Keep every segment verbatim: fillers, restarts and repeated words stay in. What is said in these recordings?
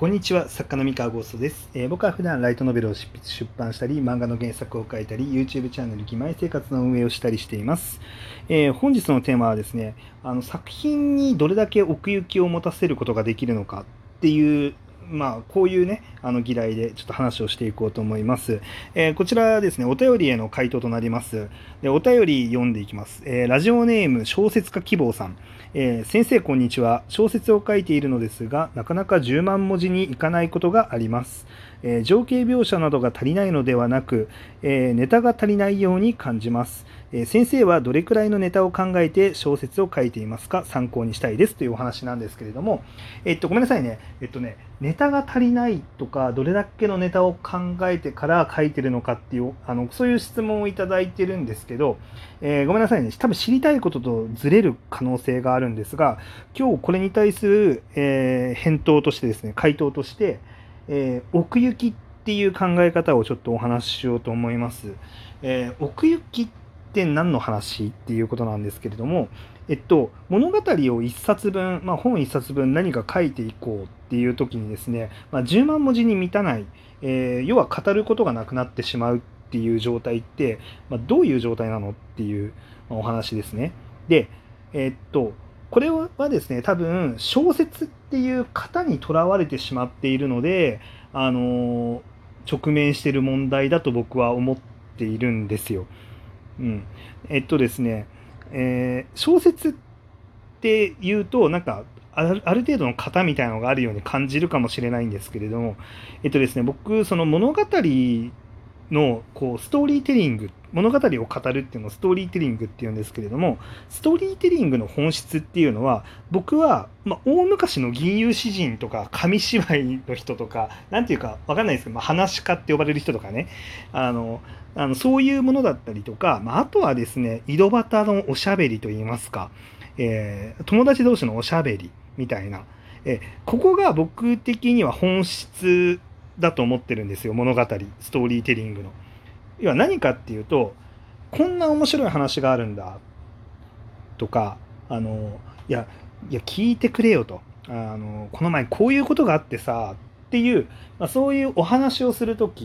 こんにちは、作家の三河ゴーストです、えー、僕は普段ライトノベルを執筆出版したり、漫画の原作を書いたり、YouTube チャンネル義妹生活の運営をしたりしています。えー、本日のテーマはですね、あの作品にどれだけ奥行きを持たせることができるのかっていう、まあ、こういうね、あの議題でちょっと話をしていこうと思います。えー、こちらですね、お便りへの回答となります。で、お便り読んでいきます。えー、ラジオネーム小説家希望さん。えー、先生こんにちは。小説を書いているのですが、なかなかじゅうまん文字にいかないことがあります。えー、情景描写などが足りないのではなく、えー、ネタが足りないように感じます。えー、先生はどれくらいのネタを考えて小説を書いていますか？参考にしたいですというお話なんですけれども、えっと、ごめんなさいね。えっとね、ネタが足りないとか、どれだけのネタを考えてから書いてるのかっていう、あの、そういう質問をいただいてるんですけど、えー、ごめんなさいね。多分知りたいこととずれる可能性があるんですが、今日これに対する、えー、返答としてですね、回答として、えー、奥行きっていう考え方をちょっとお話ししようと思います。えー、奥行きって何の話っていうことなんですけれども、えっと、物語を一冊分、まあ、本一冊分何か書いていこうっていう時にですね、まあ、じゅうまん文字に満たない、えー、要は語ることがなくなってしまうっていう状態って、まあ、どういう状態なのっていうお話ですね。で、えーっと、これはですね、多分小説っていう型にとらわれてしまっているので、あのー直面している問題だと僕は思っているんですよ。うん。えっとですね、えー小説っていうと、なんか、あるある程度の型みたいなのがあるように感じるかもしれないんですけれども、えっとですね、僕、その物語のこうストーリーテリング、物語を語るっていうのをストーリーテリングっていうんですけれども、ストーリーテリングの本質っていうのは、僕は、まあ、大昔の吟遊詩人とか紙芝居の人とか、なんていうかわかんないですけど、まあ、話し家って呼ばれる人とかね、あのあのそういうものだったりとか、まあ、あとはですね、井戸端のおしゃべりといいますか、えー友達同士のおしゃべりみたいな、えーここが僕的には本質だと思ってるんですよ、物語、ストーリーテリングの。要は何かっていうと、こんな面白い話があるんだとか、あの、いや、いや、聞いてくれよと。あの、この前こういうことがあってさ、っていう、まあ、そういうお話をするときって、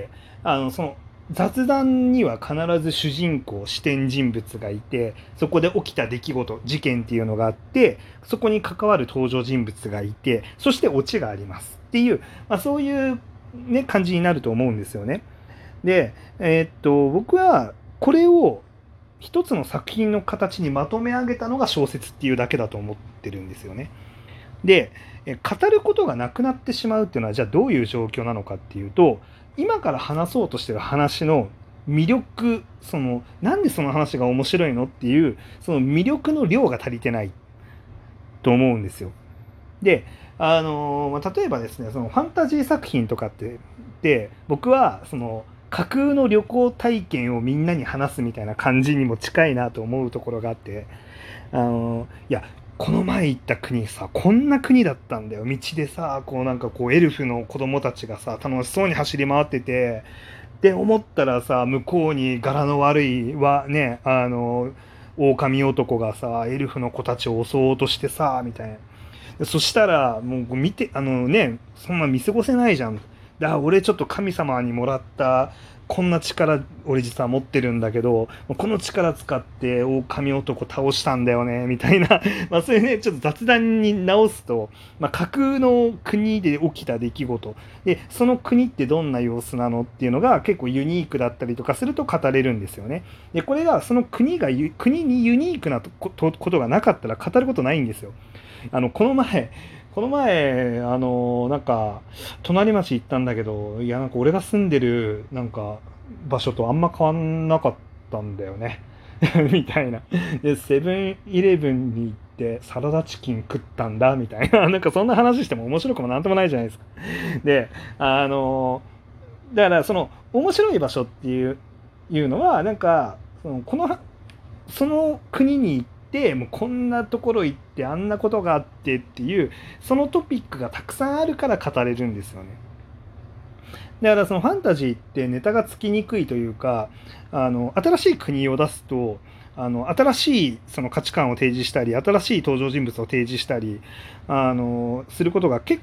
あの、その、雑談には必ず主人公、視点人物がいて、そこで起きた出来事、事件っていうのがあって、そこに関わる登場人物がいて、そしてオチがありますっていう、まあ、そういうね、感じになると思うんですよね。で、えーっと、僕はこれを一つの作品の形にまとめ上げたのが小説っていうだけだと思ってるんですよね。で、語ることがなくなってしまうっていうのはじゃあどういう状況なのかっていうと、今から話そうとしてる話の魅力、そのなんでその話が面白いのっていうその魅力の量が足りてないと思うんですよ。で、あのまあ、例えばですね、そのファンタジー作品とかってで僕はその架空の旅行体験をみんなに話すみたいな感じにも近いなと思うところがあって、あのいやこの前行った国さ、こんな国だったんだよ。道でさ、こうなんかこうエルフの子供たちがさ、楽しそうに走り回ってて、で思ったらさ、向こうに柄の悪いはね、あの狼男がさ、エルフの子たちを襲おうとしてさ、みたいな。そしたら、もう見て、あのね、そんな見過ごせないじゃん。だから俺ちょっと神様にもらったこんな力俺実は持ってるんだけど、この力使って狼男倒したんだよねみたいなまあそういうねちょっと雑談に直すと、まあ、架空の国で起きた出来事で、その国ってどんな様子なのっていうのが結構ユニークだったりとかすると語れるんですよね。でこれがその国が国にユニークなことがなかったら語ることないんですよ。あのこの前この前あのなんか隣町行ったんだけど、いやなんか俺が住んでるなんか場所とあんま変わんなかったんだよねみたいな。でセブンイレブンに行ってサラダチキン食ったんだみたいななんかそんな話しても面白くもなんともないじゃないですか。であのだからその面白い場所っていういうのはなんかそのこのその国に行ってもうこんなところ行ってあんなことがあってっていうそのトピックがたくさんあるから語れるんですよね。だからそのファンタジーってネタがつきにくいというか、あの新しい国を出すとあの新しいその価値観を提示したり新しい登場人物を提示したりあのすることが結構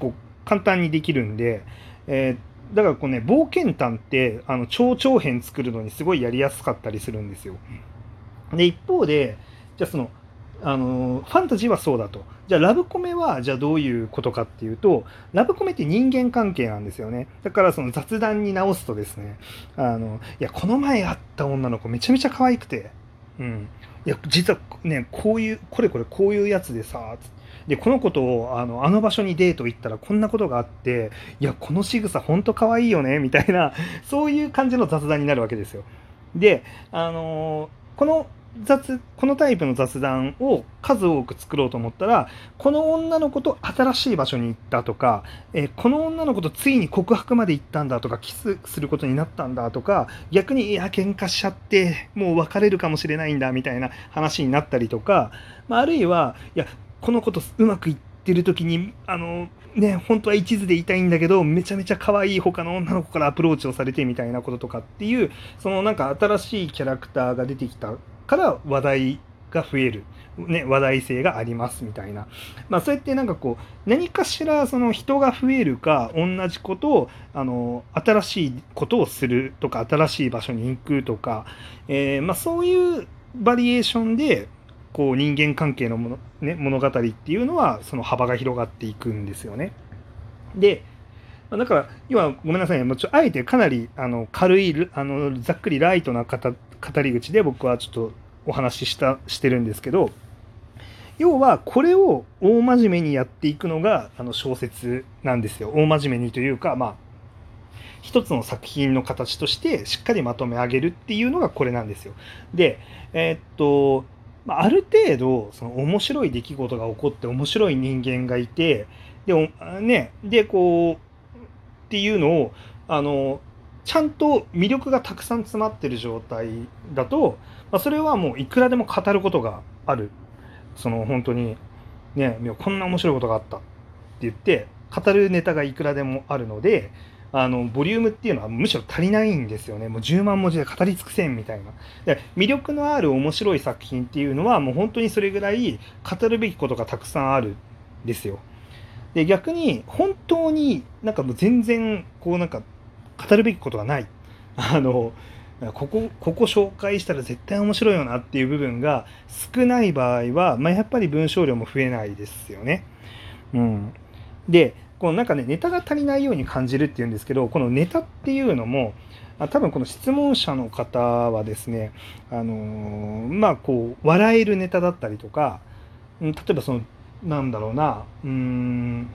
簡単にできるんで、えー、だからこうね、冒険譚ってあの超長編作るのにすごいやりやすかったりするんですよ。で、一方で、じゃあその、あのファンタジーはそうだと。じゃあラブコメはじゃあどういうことかっていうと、ラブコメって人間関係なんですよね。だからその雑談に直すとですね、あのいやこの前会った女の子めちゃめちゃ可愛くて、うん、いや実はねこういうこれこれこういうやつでさ、でこの子とあのあの場所にデート行ったらこんなことがあって、いやこの仕草ほんと可愛いよねみたいな、そういう感じの雑談になるわけですよ。で、あのこの雑このタイプの雑談を数多く作ろうと思ったら、この女の子と新しい場所に行ったとか、えーこの女の子とついに告白まで行ったんだとか、キスすることになったんだとか、逆にいや喧嘩しちゃってもう別れるかもしれないんだみたいな話になったりとか、まあ、あるいはいやこの子とうまくいってる時にあのね、本当は一途でいたいんだけどめちゃめちゃ可愛い他の女の子からアプローチをされてみたいなこととかっていう、そのなんか新しいキャラクターが出てきたから話題が増える、ね、話題性がありますみたいな、まあ、そうやってなんかこう何かしらその人が増えるか同じことをあの新しいことをするとか新しい場所に行くとか、えーまあ、そういうバリエーションでこう人間関係のもの、ね、物語っていうのはその幅が広がっていくんですよね。でだから今ごめんなさいね、もうちょあえてかなりあの軽いあのざっくりライトな語語り口で僕はちょっとお話ししたしてるんですけど、要はこれを大真面目にやっていくのがあの小説なんですよ。大真面目にというか、まあ一つの作品の形としてしっかりまとめ上げるっていうのがこれなんですよ。で、えーっとまあある程度その面白い出来事が起こって面白い人間がいて、でねでこうっていうのをあのちゃんと魅力がたくさん詰まってる状態だと、まあ、それはもういくらでも語ることがある。その本当にね、こんな面白いことがあったって言って語るネタがいくらでもあるので、あのボリュームっていうのはむしろ足りないんですよね。もうじゅうまん文字で語り尽くせんみたいな。で魅力のある面白い作品っていうのはもう本当にそれぐらい語るべきことがたくさんあるんですよ。で逆に本当になんかもう全然こうなんか語るべきことがない、あのここここ紹介したら絶対面白いよなっていう部分が少ない場合は、まあ、やっぱり文章量も増えないですよね。うん、でこのなんかねネタが足りないように感じるっていうんですけど、このネタっていうのもあ多分この質問者の方はですね、あのーまあこう笑えるネタだったりとか、例えばそのなんだろうな、うーん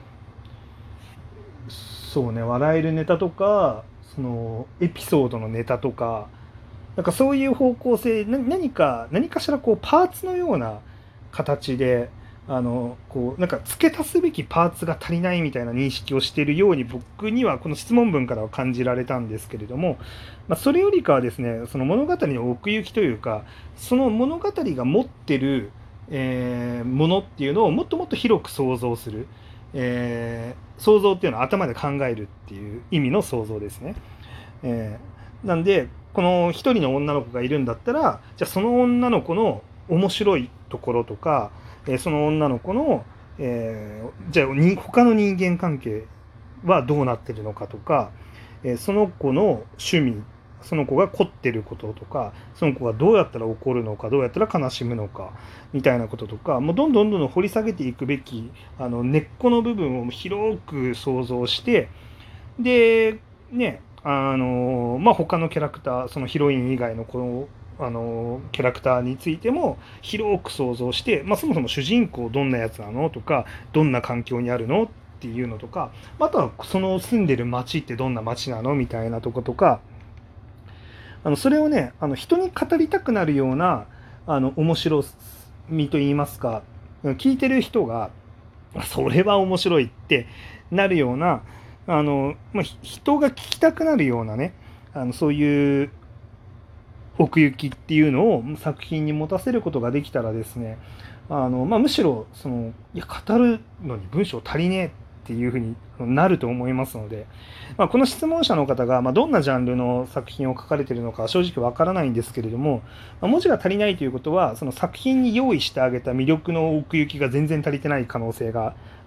そうね、笑えるネタとかそのエピソードのネタとか、なんかそういう方向性、な何か何かしらこうパーツのような形であのこうなんか付け足すべきパーツが足りないみたいな認識をしているように僕にはこの質問文からは感じられたんですけれども、まあ、それよりかはですね、その物語の奥行きというか、その物語が持ってる、えーものっていうのをもっともっと広く想像する、えー想像っていうのは頭で考えるっていう意味の想像ですね。えーなんでこの一人の女の子がいるんだったら、じゃあその女の子の面白いところとか、えーその女の子の、えーじゃあに他の人間関係はどうなってるのかとか、えーその子の趣味、その子が凝ってることとか、その子がどうやったら怒るのか、どうやったら悲しむのかみたいなこととか、もうどんどんどんどん掘り下げていくべきあの根っこの部分を広く想像して、でねあのまあ他のキャラクター、そのヒロイン以外のこのあのキャラクターについても広く想像して、まあ、そもそも主人公どんなやつなのとか、どんな環境にあるのっていうのとか、あとはその住んでる町ってどんな町なのみたいなとことか、あのそれをねあの人に語りたくなるようなあの面白みといいますか、聞いてる人がそれは面白いってなるような、あの、まあ、人が聞きたくなるようなね、あのそういう奥行きっていうのを作品に持たせることができたらですね、あの、まあ、むしろそのいや語るのに文章足りねえっていうふうになると思いますので、まあ、この質問者の方がまあどんなジャンルの作品を書かれているのか正直わからないんですけれども、まあ、文字が足りないということはその作品に用意してあげた魅力の奥行きが全然足りてない可能性が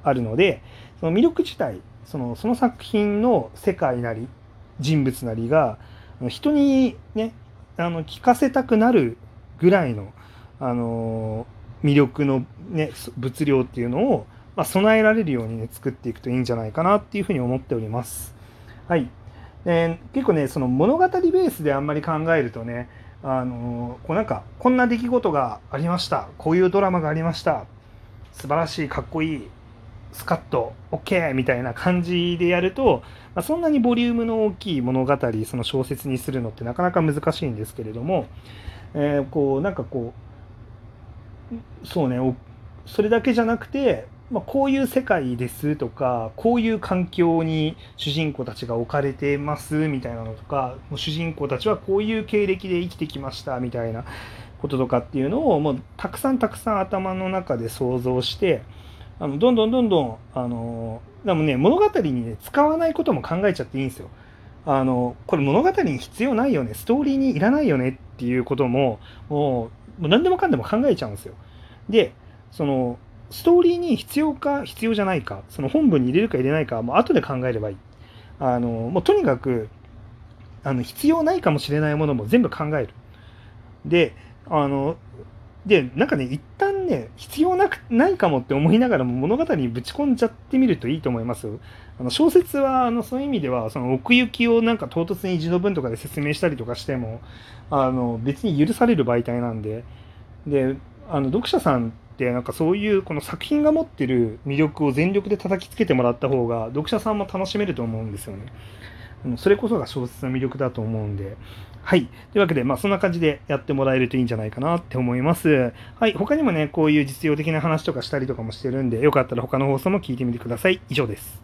あるので、その魅力自体、そのその作品の世界なり人物なりが人にね、あの聞かせたくなるぐらいの、あの魅力の、ね、物量っていうのを、まあ、備えられるように、ね、作っていくといいんじゃないかなっていうふうに思っております。はい。で結構ね、その物語ベースであんまり考えるとね、あのこうなんかこんな出来事がありました、こういうドラマがありました、素晴らしい、かっこいい、スカッと OK みたいな感じでやると、まあ、そんなにボリュームの大きい物語、その小説にするのってなかなか難しいんですけれども、えー、こうなんかこうそうね、それだけじゃなくて、まあ、こういう世界ですとか、こういう環境に主人公たちが置かれてますみたいなのとか、もう主人公たちはこういう経歴で生きてきましたみたいなこととかっていうのをもうたくさんたくさん頭の中で想像して、あのどんどんどんどんあのでもね、物語に、ね、使わないことも考えちゃっていいんですよ。あのこれ物語に必要ないよね、ストーリーにいらないよねっていうことももうもう何でもかんでも考えちゃうんですよ。でそのストーリーに必要か必要じゃないか、その本文に入れるか入れないかはもう後で考えればいい。あのもうとにかくあの必要ないかもしれないものも全部考える。であのでなんかね、一旦ね、必要なくないかもって思いながらも物語にぶち込んじゃってみるといいと思います。あの小説はあのそういう意味ではその奥行きをなんか唐突に一度文とかで説明したりとかしてもあの別に許される媒体なんで、であの読者さんってなんかそういうこの作品が持ってる魅力を全力で叩きつけてもらった方が読者さんも楽しめると思うんですよね。それこそが小説の魅力だと思うんで。はい。というわけで、まあ、そんな感じでやってもらえるといいんじゃないかなって思います。はい。他にもね、こういう実用的な話とかしたりとかもしてるんで、よかったら他の放送も聞いてみてください。以上です。